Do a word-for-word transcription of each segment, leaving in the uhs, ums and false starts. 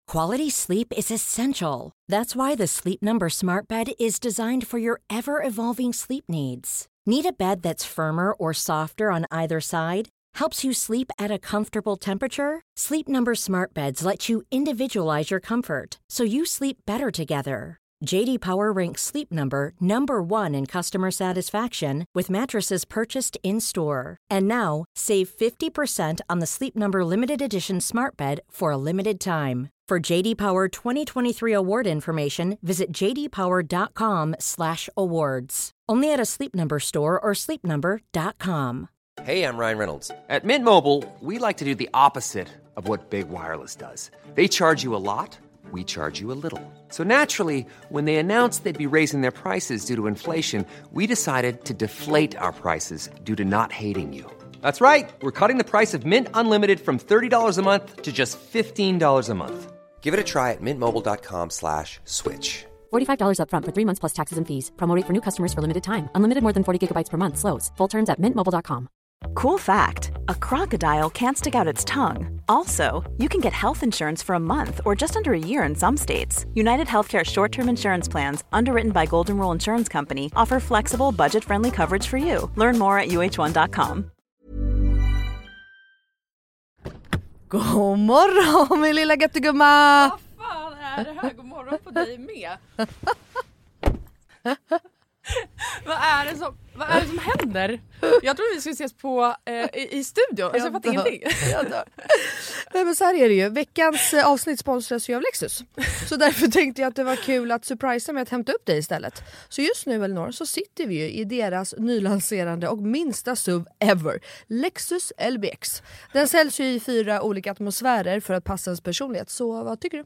Quality sleep is essential. That's why the Sleep Number Smart Bed is designed for your ever-evolving sleep needs. Need a bed that's firmer or softer on either side? Helps you sleep at a comfortable temperature? Sleep Number Smart Beds let you individualize your comfort, so you sleep better together. J D Power ranks Sleep Number number one in customer satisfaction with mattresses purchased in-store. And now, save fifty percent on the Sleep Number Limited Edition Smart Bed for a limited time. For J D Power twenty twenty-three award information, visit j d power dot com slash awards. Only at a Sleep Number store or sleep number dot com. Hey, I'm Ryan Reynolds. At Mint Mobile, we like to do the opposite of what Big Wireless does. They charge you a lot, we charge you a little. So naturally, when they announced they'd be raising their prices due to inflation, we decided to deflate our prices due to not hating you. That's right. We're cutting the price of Mint Unlimited from thirty dollars a month to just fifteen dollars a month. Give it a try at mintmobile.com slash switch. forty-five dollars up front for three months plus taxes and fees. Promo rate for new customers for limited time. Unlimited more than forty gigabytes per month. Slows full terms at mint mobile dot com. Cool fact, a crocodile can't stick out its tongue. Also, you can get health insurance for a month or just under a year in some states. United Healthcare short-term insurance plans, underwritten by Golden Rule Insurance Company, offer flexible, budget-friendly coverage for you. Learn more at u h one dot com. God morgon, min lilla göttegumma! Vad fan är det här? God morgon på dig med. Vad är det som, vad är det som händer? Jag tror vi ska ses på eh, i, i studion. Alltså, jag, jag fattar ingenting. Nej, men så här är det ju. Veckans eh, avsnitt sponsras ju av Lexus. Så därför tänkte jag att det var kul att surprisa med att hämta upp dig istället. Så just nu, Elinor, så sitter vi ju i deras nylanserande och minsta S U V ever. Lexus L B X. Den säljs ju i fyra olika atmosfärer för att passa ens personlighet. Så vad tycker du?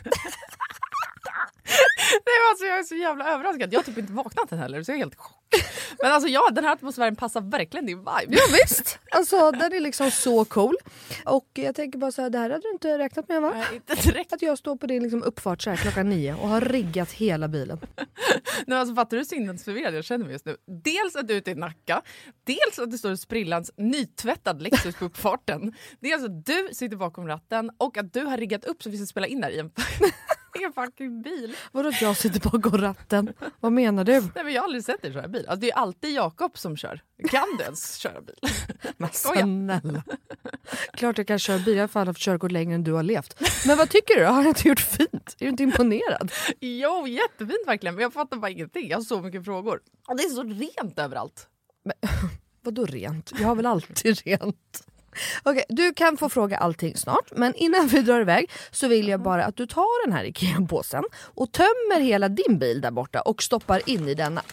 Nej, alltså, jag är så jävla överraskad. Jag har typ inte vaknat än heller, så jag är helt chock. Men alltså ja, den här atmosfären passar verkligen din vibe. Ja visst, alltså den är liksom så cool. Och jag tänker bara så här, det här hade du inte räknat med, va? Nej, inte direkt. Att jag står på din liksom uppfart så här klockan nio och har riggat hela bilen. Nej, alltså fattar du sinnesförvirrad jag känner mig just nu? Dels att du är ute i Nacka, dels att det står sprillans nytvättad Lexus på uppfarten. Dels att du sitter bakom ratten och att du har riggat upp så vi ska spela in där i en... en fucking bil. Vadå att jag sitter bakom ratten? Vad menar du? Nej, men jag har aldrig sett dig köra bil. Alltså, det är alltid Jakob som kör. Kan du ens köra bil? Men snälla. Klart jag kan köra bil. Jag har fan haft körkort längre än du har levt. Men vad tycker du? Har jag inte gjort fint? Är du inte imponerad? Jo, jättefint verkligen. Men jag fattar bara ingenting. Jag har så mycket frågor. Och det är så rent överallt. Men, vadå rent? Jag har väl alltid rent. Okej, du kan få fråga allting snart. Men innan vi drar iväg så vill jag bara att du tar den här IKEA-påsen och tömmer hela din bil där borta och stoppar in i denna.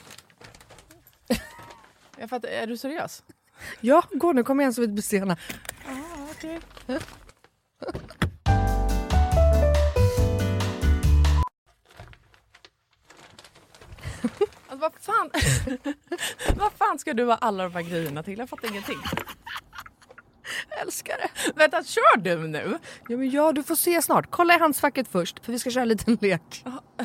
Jag fattar, är du seriös? Ja, gå nu, kom igen så vi inte blir sena. Ah, okej. Alltså vad fan vad fan ska du ha alla de här grejerna till? Jag fattar ingenting. Jag älskar det. Vänta, kör du nu? Ja, men ja, du får se snart. Kolla i handskfacket först, för vi ska köra en liten lek.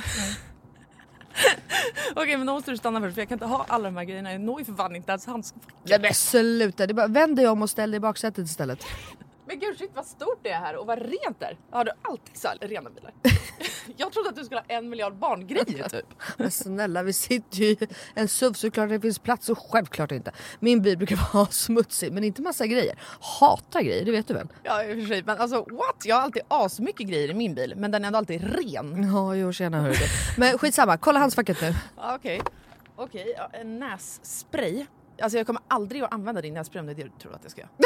Okej, men då måste du stanna först, för jag kan inte ha alla de här grejerna. Jag når ju för fan inte ens handskfacket. Ja, men sluta. Det är bara, vänd dig om och ställ dig i baksätet istället. Men gud, shit, vad stort det är här och vad rent det är. Har du alltid så här rena bilar? Jag trodde att du skulle ha en miljard barngrejer typ. Men snälla, vi sitter ju i en S U V, så klart det finns plats, och självklart inte. Min bil brukar vara smutsig, men inte massa grejer. Hatar grejer, det vet du väl? Ja, i och för sig. Men alltså, what? Jag har alltid asmycket grejer i min bil, men den är ändå alltid ren. Ja, jo, tjena, hör du. Men skitsamma, kolla handskfacket nu. Ja, okej. Okej, ja, en nässpray. Alltså jag kommer aldrig att använda din nässpray om det är det du tror att jag ska göra.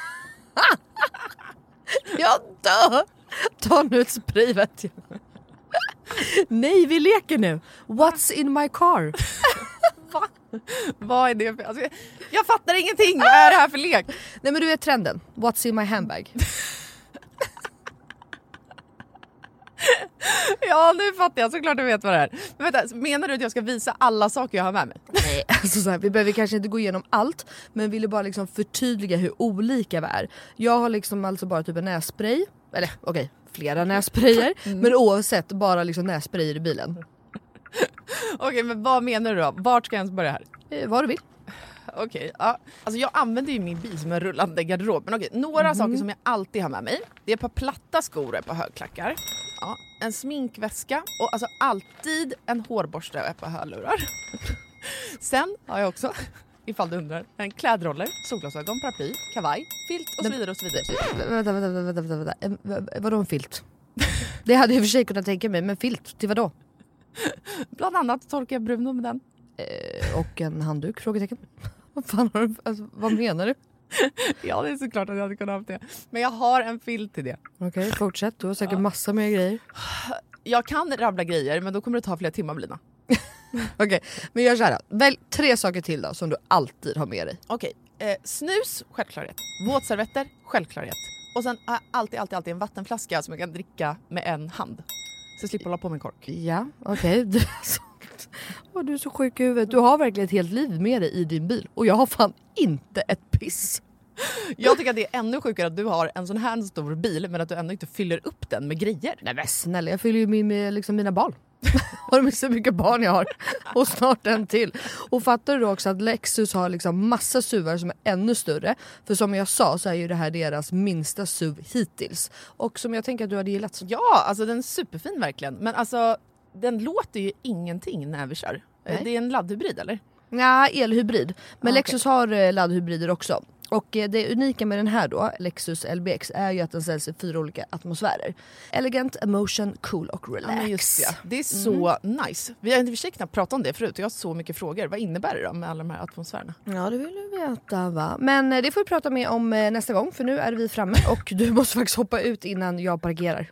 Jag dör! Ta nu ett spray, vet jag. Nej, vi leker nu. What's in my car? Va? Vad är det för... Alltså, jag, jag fattar ingenting. Vad är det här för lek? Nej, men du är trenden. What's in my handbag? Ja, nu fattar jag. Såklart du vet vad det är. Men vänta, menar du att jag ska visa alla saker jag har med mig? Nej, alltså så här, vi behöver kanske inte gå igenom allt, men ville bara liksom förtydliga hur olika vi är. Jag har liksom alltså bara typ en nässpray. Eller okej, okay, flera nässprayer. Mm. Men oavsett, bara liksom nässprayer i bilen. Okej, okay, men vad menar du då? Vart ska jag ens börja här? Eh, vad du vill. Okej, okay, ja. Alltså jag använder ju min bil som en rullande garderob. Men okej, okay, några mm. saker som jag alltid har med mig. Det är ett par platta skor och ett par högklackar. Ja, en sminkväska och alltså alltid en hårborste och ett par hörlurar. Sen har jag också, ifall du undrar, en klädroller, solglasögon, paraply, kavaj, filt och så vidare och så vidare. Vänta, vänta, vänta, vänta, vänta. Vadå en filt? Det hade jag i och för sig kunnat tänka mig, men filt, till vadå? Bland annat torkar jag Bruno med den. Eh, och en handduk, frågetecken. Vad fan har du, alltså, vad menar du? Ja, det är såklart att jag hade kunnat ha det. Men jag har en filt till det. Okej, okay, fortsätt. Du har säkert ja. massa mer grejer. Jag kan rabbla grejer, men då kommer det ta flera timmar, Melina. Okej, okay, men gör så här då. Välj tre saker till då som du alltid har med dig. Okej, okay. eh, snus, självklarhet. Våtservetter, självklarhet. Och sen har jag alltid, alltid, alltid en vattenflaska som jag kan dricka med en hand. Så jag slipper hålla på med en kork. Ja, okej. Okay. Oh, du är så sjuk i huvudet. Du har verkligen ett helt liv med dig i din bil. Och jag har fan inte ett piss. Jag tycker att det är ännu sjukare att du har en sån här stor bil men att du ändå inte fyller upp den med grejer. Nej men snälla, jag fyller ju med, med liksom mina barn. Har du så mycket barn jag har? Och snart en till. Och fattar du också att Lexus har liksom massa S U V:ar som är ännu större. För som jag sa så är ju det här deras minsta S U V hittills. Och som jag tänker att du hade gillat. Ja, alltså den är superfin verkligen. Men alltså den låter ju ingenting när vi kör. Nej. Det är en laddhybrid eller? Ja, elhybrid. Men ah, Lexus okay. har laddhybrider också. Och det unika med den här då, Lexus L B X, är ju att den säljs i fyra olika atmosfärer. Elegant, emotion, cool och relax. Ja, just det. Det är så mm. nice. Vi har inte försökt knappt prata om det förut. Jag har så mycket frågor. Vad innebär det då med alla de här atmosfärerna? Ja, det vill du veta va. Men det får vi prata med om nästa gång. För nu är vi framme och du måste faktiskt hoppa ut innan jag parkerar.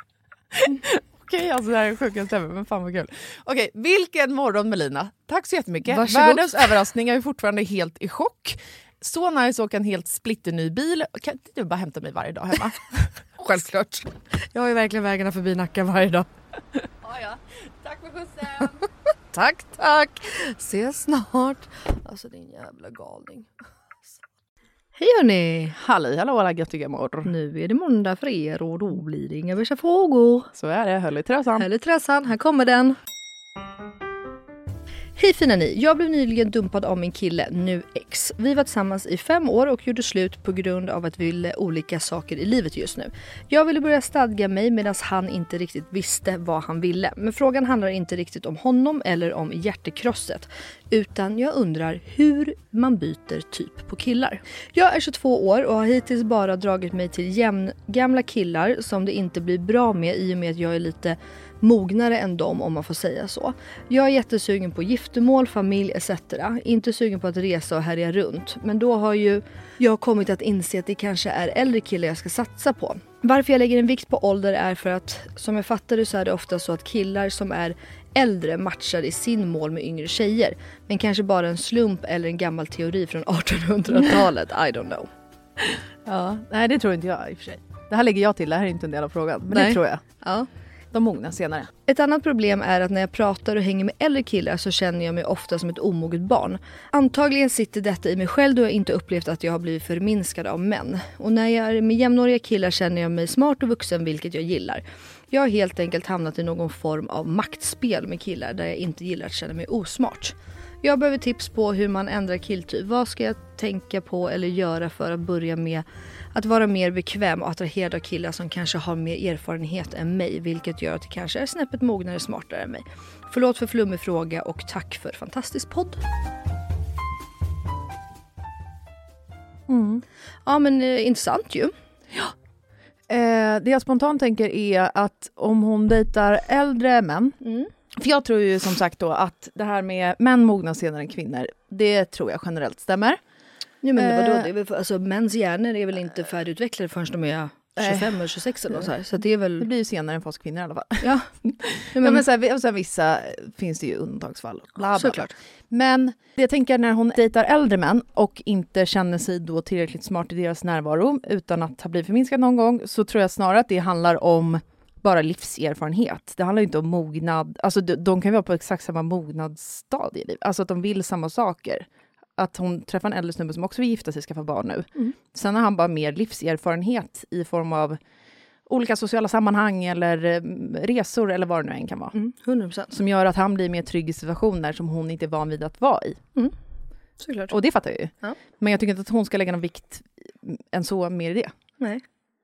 Okej, okay, alltså det här är sjukast ever, men fan vad kul. Okej, okay, vilken morgon Melina. Tack så jättemycket. Varsågod. Världens överraskning, jag är fortfarande helt i chock. Så nice att åka en helt splitterny bil. Kan inte du bara hämta mig varje dag hemma? Självklart. Jag har ju verkligen vägarna förbi Nacka varje dag. Ja, ja. Tack för skjutsen. Tack, tack. Ses snart. Alltså din jävla galning. Hej hörni. Halli, hallå alla göttiga mor. Nu är det måndag för er och då blir det inga värsta frågor. Så är det, höll i träsan. Höll i träsan, här kommer den. Hej fina ni, jag blev nyligen dumpad av min kille, nu ex. Vi var tillsammans i fem år och gjorde slut på grund av att vi ville olika saker i livet just nu. Jag ville börja stadga mig medan han inte riktigt visste vad han ville. Men frågan handlar inte riktigt om honom eller om hjärtekrosset. Utan jag undrar hur man byter typ på killar. Jag är tjugotvå år och har hittills bara dragit mig till jämn, gamla killar som det inte blir bra med i och med att jag är lite mognare än dem om man får säga så. Jag är jättesugen på giftermål, familj et cetera. Inte sugen på att resa och härja runt. Men då har ju jag kommit att inse att det kanske är äldre killar jag ska satsa på. Varför jag lägger en vikt på ålder är för att som jag fattar det så är det ofta så att killar som är äldre matchar i sin mål med yngre tjejer. Men kanske bara en slump eller en gammal teori från artonhundratalet. I don't know. Ja, nej det tror inte jag i och för sig. Det här lägger jag till, det här är inte en del av frågan. Men nej. Det tror jag. Ja. De mognar senare. Ett annat problem är att när jag pratar och hänger med äldre killar så känner jag mig ofta som ett omoget barn. Antagligen sitter detta i mig själv då jag inte upplevt att jag har blivit förminskad av män. Och när jag är med jämnåriga killar känner jag mig smart och vuxen, vilket jag gillar. Jag har helt enkelt hamnat i någon form av maktspel med killar där jag inte gillar att känna mig osmart. Jag behöver tips på hur man ändrar killtyp. Vad ska jag tänka på eller göra för att börja med att vara mer bekväm och attraherad av killar som kanske har mer erfarenhet än mig, vilket gör att det kanske är snäppet mognare smartare än mig. Förlåt för flummig fråga och tack för fantastisk podd. Mm. Ja men eh, intressant ju. Ja. Eh, det jag spontant tänker är att om hon dejtar äldre män, mm. för jag tror ju som sagt då att det här med män mognar senare än kvinnor, det tror jag generellt stämmer. Ja, men vadå? Det är väl, alltså, mäns hjärnor är väl inte färdigutvecklade förrän de är tjugofem eller tjugosex eller så här. Så det är väl... Det blir ju senare än för oss kvinnor i alla fall. Ja. Ja, men, ja, men så här, och så här, vissa finns det ju undantagsfall. Bla, bla, bla. Såklart. Men jag tänker när hon dejtar äldre män och inte känner sig då tillräckligt smart i deras närvaro utan att ha blivit förminskad någon gång, så tror jag snarare att det handlar om bara livserfarenhet. Det handlar ju inte om mognad. Alltså de, de kan ju vara på exakt samma mognadsstadie i livet. Alltså att de vill samma saker. Att hon träffar en äldre snubbe som också vill gifta sig och skaffa barn nu. Mm. Sen har han bara mer livserfarenhet i form av olika sociala sammanhang eller resor eller vad det nu än kan vara. Mm, hundra procent. Som gör att han blir mer trygg i situationer som hon inte är van vid att vara i. Mm. Såklart. Och det fattar jag ju. Ja. Men jag tycker inte att hon ska lägga någon vikt än så mer i det. Nej.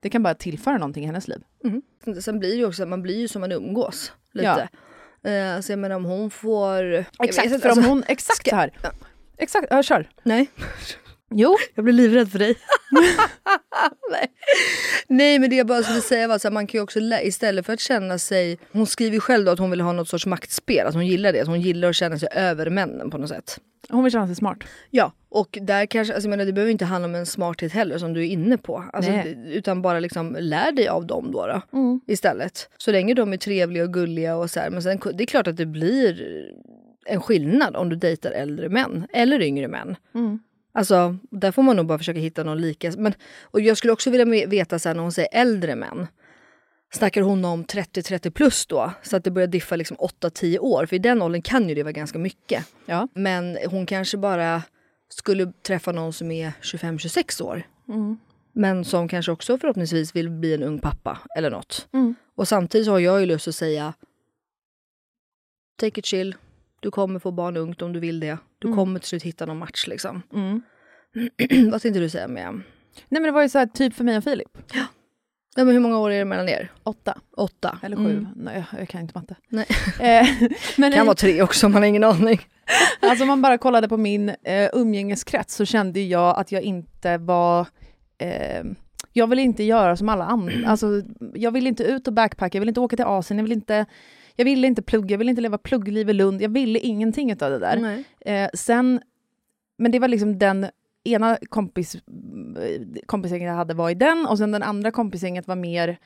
Det kan bara tillföra någonting i hennes liv. Mm. Sen blir det ju också att man blir ju som man umgås lite. Ja. Eh, alltså jag menar om hon får... Exakt, vet, för alltså, om hon... Exakt ska, så här. Ja. Exakt, ja, kör. Nej. Jo. Jag blir livrädd för dig. Nej. Nej, men det jag bara skulle säga var att man kan ju också lä- istället för att känna sig... Hon skriver ju själv då att hon vill ha något sorts maktspel. Att hon gillar det. Att hon gillar att känna sig över männen på något sätt. Hon vill känna sig smart. Ja, och där kanske... Alltså jag menar, det behöver inte handla om en smarthet heller som du är inne på. Alltså, utan bara liksom lär dig av dem då, då mm. istället. Så länge de är trevliga och gulliga och så här. Men sen, det är klart att det blir en skillnad om du dejtar äldre män. Eller yngre män. Mm. Alltså, där får man nog bara försöka hitta någon lika. Men, och jag skulle också vilja veta så här, när hon säger äldre män. Snackar hon om trettio trettio plus då? Så att det börjar diffa liksom åtta tio år. För i den åldern kan ju det vara ganska mycket. Ja. Men hon kanske bara skulle träffa någon som är tjugofem tjugosex år. Mm. Men som kanske också förhoppningsvis vill bli en ung pappa eller något. Mm. Och samtidigt så har jag ju lust att säga take it chill. Du kommer få barn ungt om du vill det. Du mm. kommer till slut hitta någon match liksom. Mm. Vad tänkte du säga med? Nej men det var ju så här typ för mig och Filip. Ja. Ja, men hur många år är det mellan er? Åtta. Åtta. Eller sju. Mm. Nej, jag kan inte matte. Nej. men kan i... vara tre också, man har ingen aning. Alltså om man bara kollade på min eh, umgängeskrets så kände jag att jag inte var... Eh, jag vill inte göra som alla andra. Alltså, jag vill inte ut och backpacka. Jag vill inte åka till Asien. Jag vill inte... Jag ville inte plugga, jag ville inte leva pluggliv i Lund. Jag ville ingenting av det där. Eh, sen, men det var liksom den ena kompis, kompisgänget jag hade var i den. Och sen den andra kompisgänget var mer,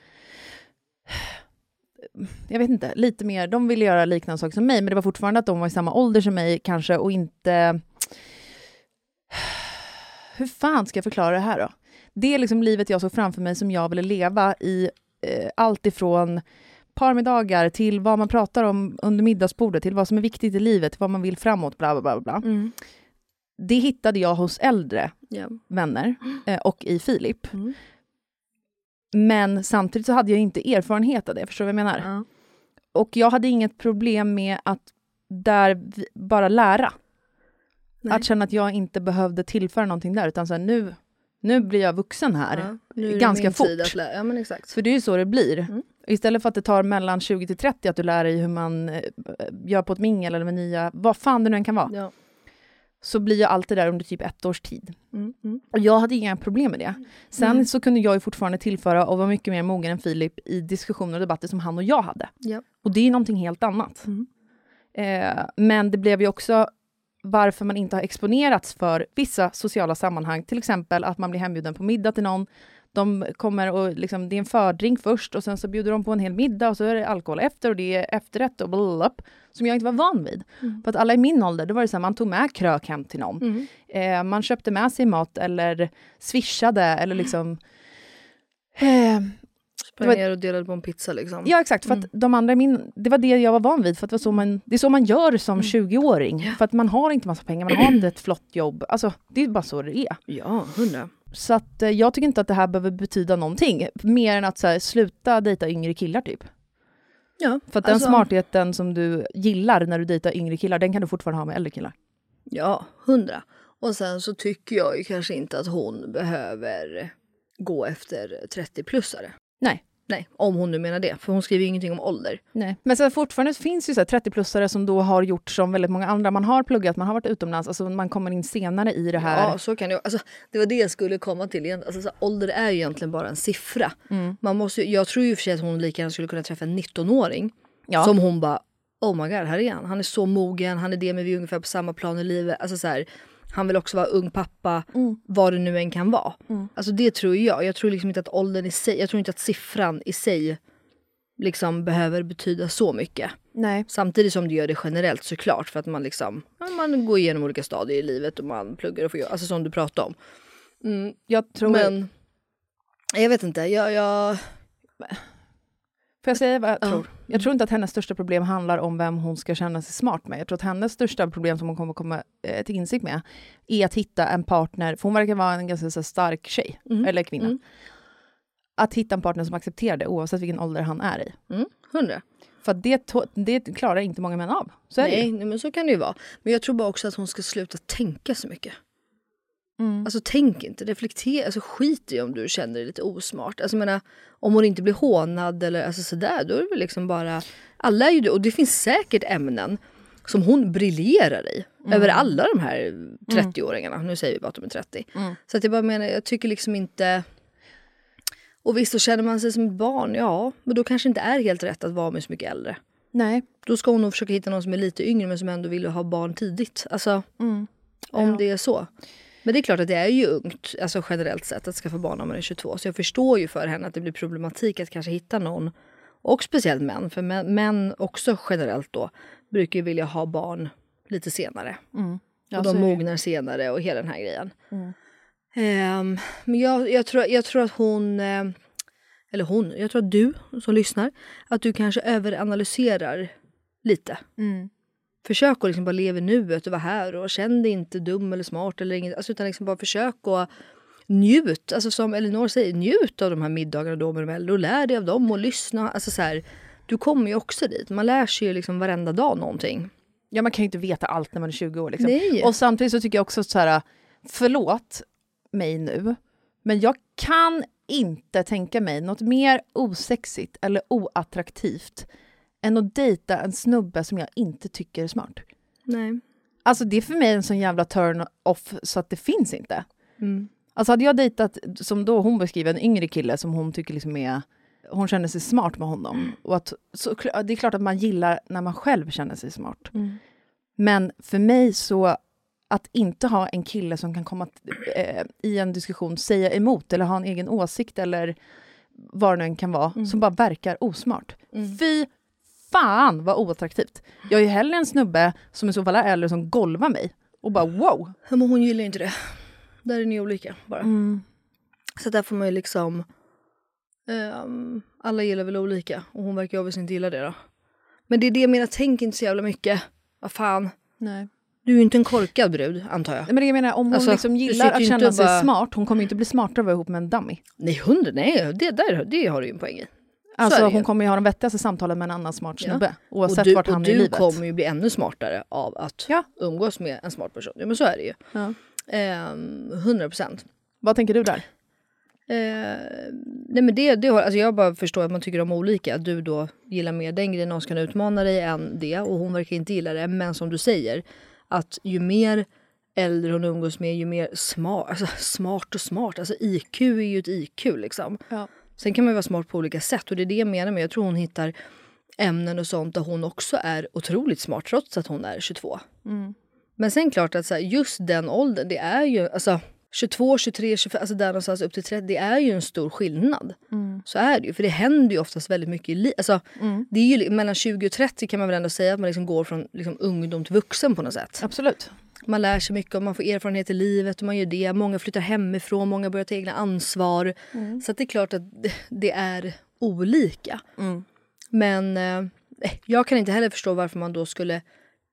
jag vet inte, lite mer, de ville göra liknande saker som mig. Men det var fortfarande att de var i samma ålder som mig kanske. Och inte, hur fan ska jag förklara det här då? Det är liksom livet jag såg framför mig som jag ville leva i eh, allt ifrån parmiddagar till vad man pratar om under middagsbordet, till vad som är viktigt i livet, till vad man vill framåt, bla bla bla bla. Mm. Det hittade jag hos äldre yeah. vänner eh, och i Filip. Mm. Men samtidigt så hade jag inte erfarenhet av det, förstår du vad jag menar? Mm. Och jag hade inget problem med att där bara lära. Nej. Att känna att jag inte behövde tillföra någonting där, utan så här, nu, nu blir jag vuxen här. Ja, nu är ganska fort. Tid att lära. Ja, men exakt. För det är ju så det blir. Mm. Istället för att det tar mellan tjugo till trettio att du lär dig hur man eh, gör på ett mingel eller med nya, vad fan det nu än kan vara. Ja. Så blir jag alltid där under typ ett års tid. Mm, mm. Och jag hade inga problem med det. Sen mm. så kunde jag ju fortfarande tillföra och vara mycket mer mogen än Filip i diskussioner och debatter som han och jag hade. Ja. Och det är någonting helt annat. Mm. Eh, men det blev ju också varför man inte har exponerats för vissa sociala sammanhang. Till exempel att man blir hembjuden på middag till någon. De kommer och liksom, det är en fördrink först och sen så bjuder de på en hel middag och så är det alkohol efter och det är efterrätt och blablabla, som jag inte var van vid. Mm. För att alla i min ålder, då var det så här, man tog med krök hem till någon. Mm. Eh, man köpte med sig mat eller swishade eller liksom... Eh, Sprang ner och delade på en pizza liksom. Ja, exakt. För att mm. de andra i min... Det var det jag var van vid. För att det, var så man, det är så man gör som mm. tjugo-åring. Ja. För att man har inte massa pengar, man har inte ett flott jobb. Alltså, det är bara så det är. Ja, hundra. Så att eh, jag tycker inte att det här behöver betyda någonting. Mer än att så här, sluta dejta yngre killar typ. Ja. För att den alltså... smartheten som du gillar när du dejtar yngre killar, den kan du fortfarande ha med äldre killar. Ja, hundra. Och sen så tycker jag ju kanske inte att hon behöver gå efter trettio-plussare. Nej. Nej, om hon nu menar det. För hon skriver ju ingenting om ålder. Nej. Men så fortfarande finns ju så här trettio-plussare som då har gjort som väldigt många andra. Man har pluggat, man har varit utomlands. Alltså man kommer in senare i det här. Ja, så kan det. Alltså, det var det jag skulle komma till igen. Alltså, så här, ålder är ju egentligen bara en siffra. Mm. Man måste, jag tror ju för sig att hon lika gärna skulle kunna träffa en nitton-åring. Ja. Som hon bara, oh my god, här är han. Han är så mogen, han är det med vi ungefär på samma plan i livet. Alltså så här... Han vill också vara ung pappa, mm. vad det nu än kan vara. Mm. Alltså det tror jag. Jag tror liksom inte att åldern i sig, jag tror inte att siffran i sig liksom behöver betyda så mycket. Nej. Samtidigt som det gör det generellt såklart. För att man liksom, man går igenom olika stadier i livet och man pluggar och får göra, alltså som du pratade om. Mm. Jag tror... Men, jag vet inte, jag... jag... Får jag säga vad jag tror? Uh. Jag tror inte att hennes största problem handlar om vem hon ska känna sig smart med. Jag tror att hennes största problem som hon kommer komma eh, till insikt med är att hitta en partner, för hon verkar vara en ganska så stark tjej, mm. eller kvinna. Mm. Att hitta en partner som accepterar det oavsett vilken ålder han är i. Mm. Hundra. För att det, det klarar inte många män av. Så är nej, det. nej, men så kan det ju vara. Men jag tror bara också att hon ska sluta tänka så mycket. Mm. Alltså tänk inte, reflektera, alltså skit i om du känner dig lite osmart. Alltså jag menar, om hon inte blir hånad eller alltså sådär, då är det väl liksom bara, alla är ju det, och det finns säkert ämnen som hon briljerar i. Mm. Över alla de här trettio-åringarna, nu säger vi bara att de är trettio. Mm. Så att jag bara menar, jag tycker liksom inte, och visst så känner man sig som ett barn, ja, men då kanske inte är helt rätt att vara med så mycket äldre. Nej. Då ska hon nog försöka hitta någon som är lite yngre men som ändå vill ha barn tidigt. Alltså, mm. om ja. det är så. Men det är klart att det är ju ungt, alltså generellt sett, att skaffa barn när man är tjugotvå. Så jag förstår ju för henne att det blir problematik att kanske hitta någon, och speciellt män, för män, män också generellt då, brukar ju vilja ha barn lite senare. Mm. Och de mognar senare och hela den här grejen. Mm. Um, men jag, jag, tror, jag tror att hon, eh, eller hon, jag tror att du som lyssnar, att du kanske överanalyserar lite. Mm. Försök att liksom bara leva i nuet och vara här och känn dig inte dum eller smart eller inget, alltså, utan liksom bara försök att njut, alltså som Elinor säger, njut av de här middagarna då med de äldre och lär dig av dem och lyssna, alltså så här, du kommer ju också dit, man lär sig ju liksom varenda dag någonting. Ja, man kan ju inte veta allt när man är tjugo år liksom. Nej. Och samtidigt så tycker jag också så här, förlåt mig nu, men jag kan inte tänka mig något mer osexigt eller oattraktivt än att dejta en snubbe som jag inte tycker är smart. Nej. Alltså det är för mig en sån jävla turn off så att det finns inte. Mm. Alltså hade jag dejtat, som då hon beskriver, en yngre kille som hon tycker liksom är, hon känner sig smart med honom. Mm. Och att, så, det är klart att man gillar när man själv känner sig smart. Mm. Men för mig så, att inte ha en kille som kan komma eh, i en diskussion, säga emot eller ha en egen åsikt eller vad det nu än kan vara, mm. som bara verkar osmart. Mm. Fy fan vad oattraktivt. Jag är ju hellre en snubbe som i så fall är äldre som golvar mig och bara wow. Men hon gillar inte det. Där är ni olika bara. Mm. Så där får man ju liksom um, alla gillar väl olika och hon verkar obviously inte gilla det då. Men det är det jag menar, tänk inte så jävla mycket. Vad fan. Nej. Du är ju inte en korkad brud, antar jag. Men det jag menar, om hon alltså, liksom gillar att känna sig bara smart, hon kommer ju inte bli smartare av att vara ihop med en dummy. Nej, hundra, nej, det, där, det har du ju en poäng i. Alltså hon kommer ju ha de vettigaste samtalen med en annan smart snubbe. Ja. Oavsett du, vart han är i livet. Och du kommer ju bli ännu smartare av att ja. umgås med en smart person. Ja, men så är det ju. Ja. Ehm, hundra procent. Vad tänker du där? Ehm, nej men det, det har, alltså jag bara förstår att man tycker om olika. Att du då gillar mer den grejen, någon ska utmana dig än det. Och hon verkar inte gilla det. Men som du säger, att ju mer äldre hon umgås med, ju mer smart, alltså smart och smart. Alltså I Q är ju ett I Q liksom. Ja. Sen kan man ju vara smart på olika sätt och det är det jag menar med. Jag tror hon hittar ämnen och sånt där hon också är otroligt smart trots att hon är tjugotvå. Mm. Men sen klart att så här, just den åldern, det är ju alltså tjugotvå, tjugotre, tjugofem, alltså där någonstans upp till trettio, det är ju en stor skillnad. Mm. Så är det ju, för det händer ju oftast väldigt mycket i livet. Alltså, mm. det är ju mellan tjugo och trettio kan man väl ändå säga att man liksom går från liksom, ungdom till vuxen på något sätt. Absolut. Man lär sig mycket och man får erfarenhet i livet och man gör det. Många flyttar hemifrån, många börjar ta egna ansvar. Mm. Så att det är klart att det är olika. Mm. Men eh, jag kan inte heller förstå varför man då skulle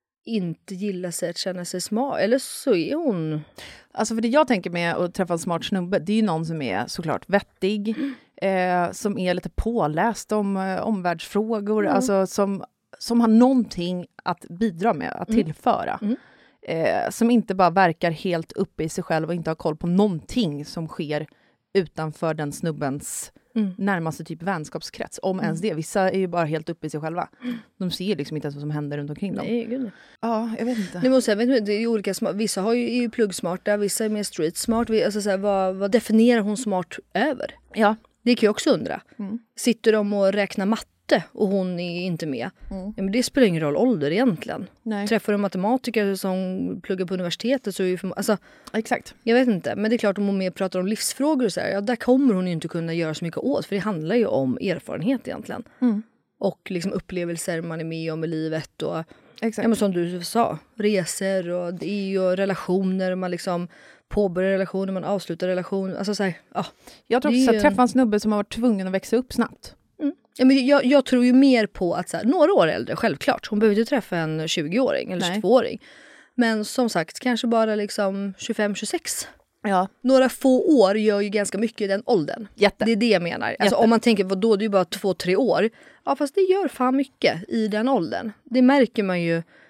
inte gilla sig att känna sig smart. Eller så är hon... Alltså för det jag tänker med att träffa en smart snubbe, det är ju någon som är såklart vettig. Mm. Eh, som är lite påläst om eh, omvärldsfrågor. Mm. Alltså som, som har någonting att bidra med, att mm. tillföra. Mm. Eh, som inte bara verkar helt uppe i sig själv och inte har koll på någonting som sker utanför den snubbens mm. närmaste typ vänskapskrets. Om mm. ens det. Vissa är ju bara helt uppe i sig själva. Mm. De ser liksom inte ens vad som händer runt omkring dem. Nej, gud. Ja, jag vet inte. Nej, men sen, vet du, det är ju olika smart. Vissa har ju, är ju pluggsmarta, vissa är mer street smart. Alltså, så här, vad, vad definierar hon smart över? Ja. Det kan jag också undra. Mm. Sitter de och räknar matte och hon är inte med. Mm. Ja, men det spelar ingen roll ålder egentligen. Nej. Träffar du matematiker som pluggar på universitetet så är ju för, alltså, exakt. Jag vet inte, men det är klart om hon mer pratar om livsfrågor och så här, ja, där kommer hon ju inte kunna göra så mycket åt, för det handlar ju om erfarenhet egentligen. Mm. Och liksom upplevelser man är med om i livet och exakt. Ja, men som du sa, resor och det är ju relationer, man liksom påbörjar relationer, man avslutar relationer, alltså så här, ja. Jag tror också att träffa en snubbe som har varit tvungen att växa upp snabbt. Mm. Ja, men jag, jag tror ju mer på att så här, några år äldre, självklart. Hon behöver inte träffa en tjugoåring eller tjugotvååring. Men som sagt, kanske bara liksom tjugofem tjugosex. Ja. Några få år gör ju ganska mycket i den åldern. Jätte. Det är det jag menar. Alltså, om man tänker, vad då, det är ju bara två, tre år. Ja, fast det gör fan mycket i den åldern. Det märker man ju.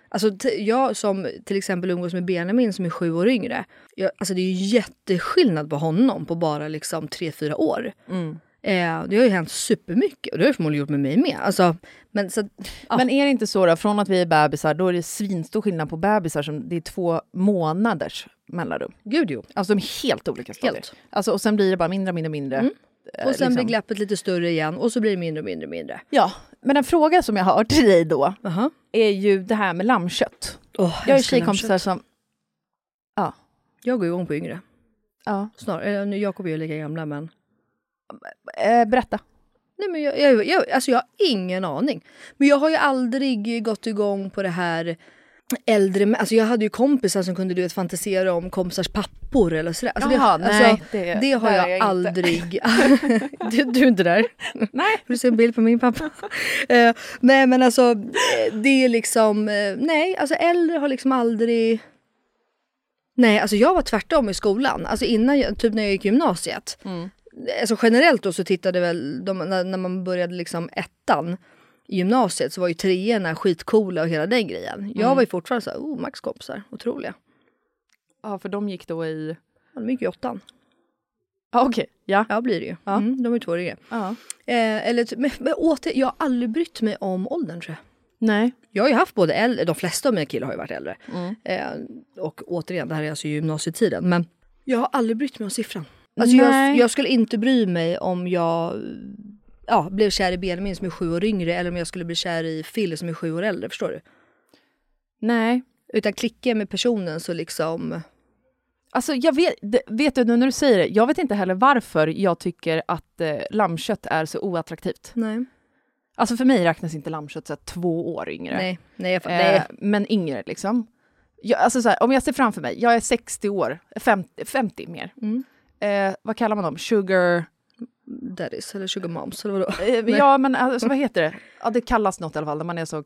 Alltså t- jag som till exempel umgås med Benjamin som är sju år yngre. Jag, alltså det är ju jätteskillnad på honom på bara liksom tre, fyra år. Mm. Eh, det har ju hänt supermycket och det har ju förmodligen gjort med mig med. Alltså, men, så, ja. Men är det inte så då, från att vi är bebisar, då är det svinstor skillnad på bebisar som det är två månaders mellanrum. Gud jo. Alltså de är helt olika stadier. Helt. Alltså, och sen blir det bara mindre, mindre, mindre. Mm. Och sen liksom. Blir glappet lite större igen och så blir det mindre, mindre, mindre. Ja, men en fråga som jag har till dig då uh-huh. är ju det här med lammkött. Oh, jag har tjejkompisar som... Ja. Jag går igång på yngre. Ja. Snart. Nu Jakob är ju lika gamla, men... Eh, berätta. Nej, men jag, jag, jag, alltså jag har ingen aning. Men jag har ju aldrig gått igång på det här äldre... Alltså jag hade ju kompisar som kunde du vet, fantisera om kompisars pappor eller sådär. Alltså Jaha, det, nej, alltså, det, det har jag, jag aldrig... du, du är inte där? Nej. Du ser en bild på min pappa. uh, nej, men alltså det är liksom... Uh, nej, alltså äldre har liksom aldrig... Nej, alltså jag var tvärtom i skolan. Alltså innan, jag, typ när jag gick i gymnasiet. Mm. Alltså generellt då så tittade väl de, när, när man började liksom ettan i gymnasiet så var ju treorna skitcoola och hela den grejen. Mm. Jag var ju fortfarande så här, oh, Max kompisar, otroliga. Ja, för de gick då i... Ja, de gick i åttan. Ja, okej. Okay. Ja. Ja, blir det ju. Ja. Mm, de är tvååriga. Ja. Eh, eller, men, men åter, jag har aldrig brytt mig om åldern, tror jag. Nej. Jag har ju haft både äldre, de flesta av mina killar har ju varit äldre. Mm. Eh, och återigen, det här är alltså gymnasietiden. Men jag har aldrig brytt mig om siffran. Alltså jag, jag skulle inte bry mig om jag ja, blev kär i Benjamin som är sju år yngre eller om jag skulle bli kär i Phil som är sju år äldre, förstår du? Nej. Utan klickar med personen så liksom... Alltså jag vet, vet du nu när du säger det, jag vet inte heller varför jag tycker att eh, lammkött är så oattraktivt. Nej. Alltså för mig räknas inte lammkött så här, två år yngre. Nej, nej, jag, eh, nej. Men yngre liksom. Jag, alltså så här, om jag ser framför mig, jag är sextio år, femtio, femtio mer. Mm. Eh, vad kallar man dem? Sugar... Daddies eller sugar moms eller vadå? Eh, ja, men alltså, vad heter det? Ja, det kallas något i alla fall, när man är så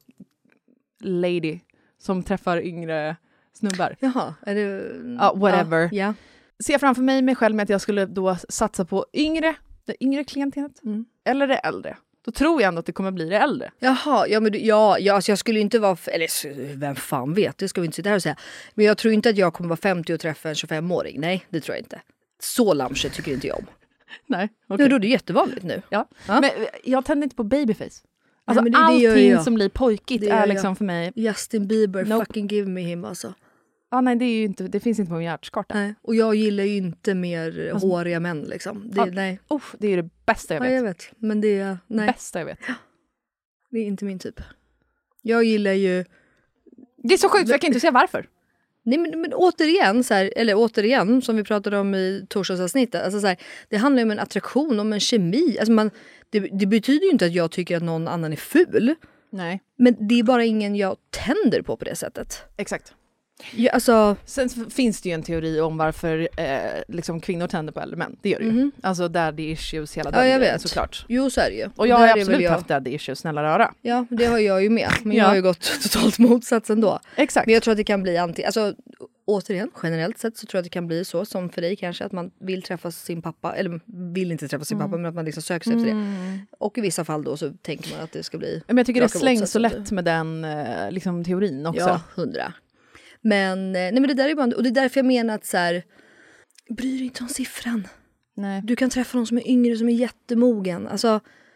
lady som träffar yngre snubbar. Jaha, är det... Ja, whatever. Ja, ja. Ser framför mig mig själv med att jag skulle då satsa på yngre, det yngre klientelet, mm. eller det äldre. Då tror jag ändå att det kommer bli det äldre. Jaha, ja men du, ja, ja alltså jag skulle inte vara, eller vem fan vet, det ska vi inte sitta här och säga. Men jag tror inte att jag kommer vara femtio och träffa en tjugofemåring, nej det tror jag inte. Så lammkött tycker inte jag om. Nej, okej. Okay. Nu, då är det jättevanligt nu. Ja. Ja. Men jag tänder inte på babyface. Alltså nej, det, allting det som blir pojkigt är liksom jag. För mig... Justin Bieber, nope. fucking give me him alltså. Ja, nej, det, är ju inte, det finns inte på min hjärtskarta. Nej. Och jag gillar ju inte mer alltså, håriga män liksom. Det, ja. nej. Oh, det är ju det bästa jag vet. Ja, jag vet. Men det är... Nej. Bästa jag vet. Det är inte min typ. Jag gillar ju... Det är så sjukt, för jag kan inte säga varför. Nej, men, men återigen, så här, eller återigen, som vi pratade om i torsdagsavsnittet. Alltså, så här, det handlar ju om en attraktion, om en kemi. Alltså, man, det, det betyder ju inte att jag tycker att någon annan är ful. Nej. Men det är bara ingen jag tänder på på det sättet. Exakt. Ja, alltså... Sen finns det ju en teori om varför eh, liksom kvinnor tänder på äldre män. Det gör det ju. Mm-hmm. Alltså daddy issues hela den ja, jag grejen, vet. Såklart. Jo, så är det ju. Och jag har absolut jag... haft daddy issues, snälla röra. Ja, det har jag ju med. Men ja. jag har ju gått totalt motsatsen då. Exakt. Men jag tror att det kan bli anti... Alltså, återigen, generellt sett så tror jag att det kan bli så som för dig kanske. Att man vill träffa sin pappa. Eller vill inte träffa sin mm. pappa, men att man liksom söker sig mm. efter det. Och i vissa fall då så tänker man att det ska bli... Men jag tycker det slängs så lätt med den liksom, teorin också. Ja, hundra. Men, nej, men det där är bara, och det är därför jag menar att så här, bry dig inte om siffran. Nej. Du kan träffa någon som är yngre, som är jättemogen. Alltså,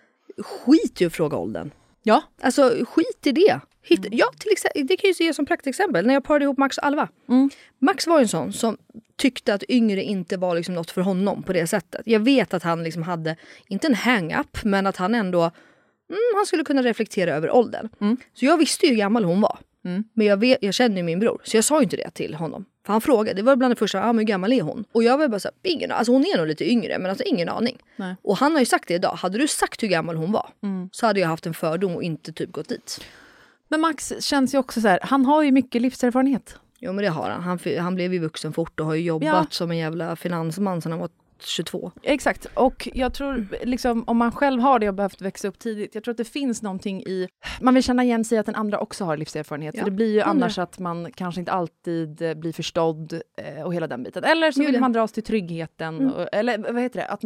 skit i att fråga åldern. Ja. Alltså, skit i det. Hitta, mm. Ja, till exempel, det kan jag ju se som praktexempel. När jag parade ihop Max och Alva. Mm. Max var en sån som tyckte att yngre inte var liksom något för honom på det sättet. Jag vet att han liksom hade, inte en hang-up, men att han ändå, mm, han skulle kunna reflektera över åldern. Mm. Så jag visste ju hur gammal hon var. Mm. Men jag, vet, jag känner ju min bror. Så jag sa ju inte det till honom. För han frågade, det var bland det första, ah, men hur gammal är hon? Och jag var bara så här, ingen, alltså hon är nog lite yngre, men alltså ingen aning. Nej. Och han har ju sagt det idag, hade du sagt hur gammal hon var mm. så hade jag haft en fördom och inte typ gått dit. Men Max känns ju också så här, han har ju mycket livserfarenhet. Jo, men det har han. Han, han blev ju vuxen fort och har ju jobbat ja. som en jävla finansman sedan han var tjugotvå. Exakt, och jag tror liksom om man själv har det och behövt växa upp tidigt, jag tror att det finns någonting i, man vill känna igen sig att den andra också har livserfarenhet, ja. För det blir ju annars att man kanske inte alltid blir förstådd och hela den biten, eller så vill man dras till tryggheten mm. och, eller vad heter det, att man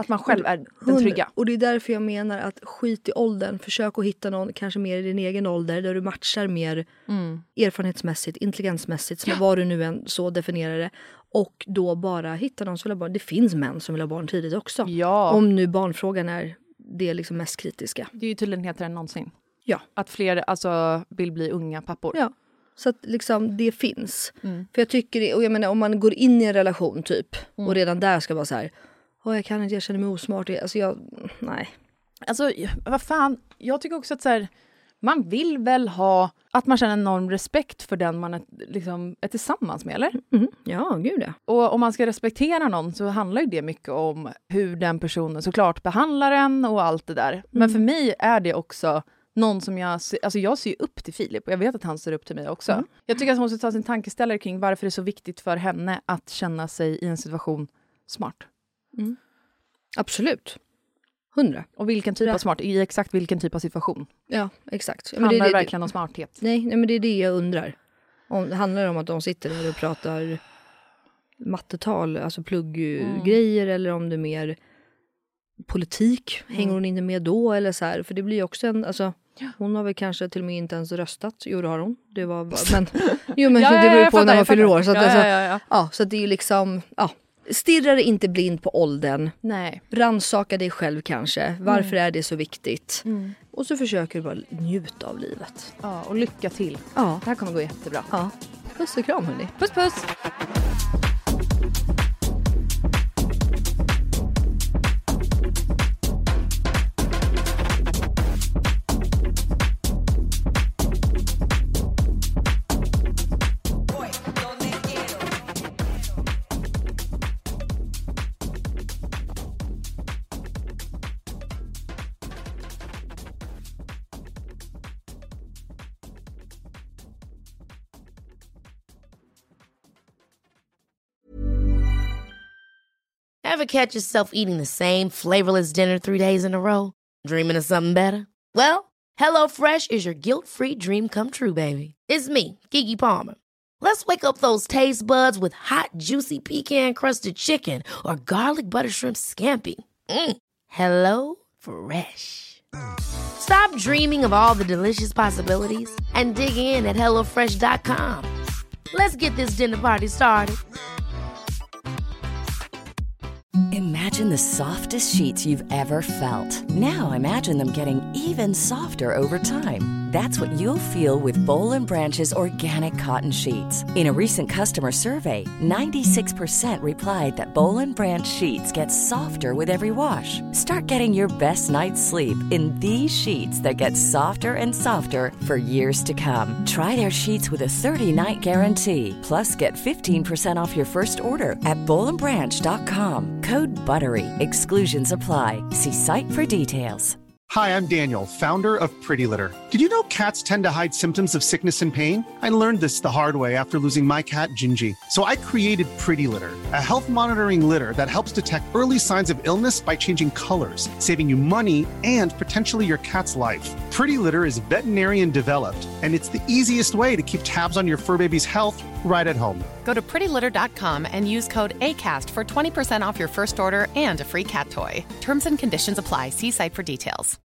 Att man själv är den trygga. Och det är därför jag menar att skit i åldern. Försök att hitta någon kanske mer i din egen ålder. Där du matchar mer mm. erfarenhetsmässigt, intelligensmässigt. Som ja. Vad du nu än så definierar det. Och då bara hitta någon som vill ha barn. Det finns män som vill ha barn tidigt också. Ja. Om nu barnfrågan är det liksom mest kritiska. Det är ju tydligen hetare än någonsin. Ja. Att fler alltså, vill bli unga pappor. Ja. Så att liksom det finns. Mm. För jag tycker det, och jag menar om man går in i en relation typ. Mm. Och redan där ska vara så här. Åh, jag kan inte, jag känner mig osmart. Alltså jag, nej. Alltså vad fan, jag tycker också att så här, man vill väl ha att man känner enorm respekt för den man är, liksom, är tillsammans med, eller? Mm. Ja, gud ja. Och om man ska respektera någon så handlar ju det mycket om hur den personen såklart behandlar en och allt det där. Mm. Men för mig är det också någon som jag, alltså jag ser ju upp till Filip och jag vet att han ser upp till mig också. Mm. Jag tycker att hon måste ta sin tankeställare kring varför det är så viktigt för henne att känna sig i en situation smart. Mm. Absolut. Hundra. Och vilken typ ja. av smart, i exakt vilken typ av situation. Ja, exakt. Handlar men det, det det verkligen det, om smarthet? Nej, nej, men det är det jag undrar. Om, det handlar om att de sitter där och pratar mattetal, alltså plugggrejer mm. eller om det är mer politik. Mm. Hänger hon inte med då eller så här? För det blir också en, alltså ja. hon har väl kanske till och med inte ens röstat. Jo, det har hon. Det var men jo, men ja, det beror ju ja, på när man fyller år så att ja, alltså, ja, ja, ja. ja, så att det är ju liksom ja. Stirrar inte blind på åldern. Nej. Rannsaka dig själv kanske. Varför mm. är det så viktigt? Mm. Och så försöker du bara njuta av livet. Ja, och lycka till. Ja. Det här kommer gå jättebra. Ja. Puss och kram, hörni. Puss, puss. Ever catch yourself eating the same flavorless dinner three days in a row? Dreaming of something better? Well, HelloFresh is your guilt-free dream come true, baby. It's me, Keke Palmer. Let's wake up those taste buds with hot, juicy pecan-crusted chicken or garlic butter shrimp scampi. Mm. Hello Fresh. Stop dreaming of all the delicious possibilities and dig in at hello fresh dot com. Let's get this dinner party started. Imagine the softest sheets you've ever felt. Now imagine them getting even softer over time. That's what you'll feel with Boll and Branch's organic cotton sheets. In a recent customer survey, ninety-six percent replied that Boll and Branch sheets get softer with every wash. Start getting your best night's sleep in these sheets that get softer and softer for years to come. Try their sheets with a thirty-night guarantee. Plus, get fifteen percent off your first order at boll and branch dot com. Code BUTTERY. Exclusions apply. See site for details. Hi, I'm Daniel, founder of Pretty Litter. Did you know cats tend to hide symptoms of sickness and pain? I learned this the hard way after losing my cat, Gingy. So I created Pretty Litter, a health monitoring litter that helps detect early signs of illness by changing colors, saving you money and potentially your cat's life. Pretty Litter is veterinarian developed, and it's the easiest way to keep tabs on your fur baby's health right at home. Go to pretty litter dot com and use code ACAST for twenty percent off your first order and a free cat toy. Terms and conditions apply. See site for details.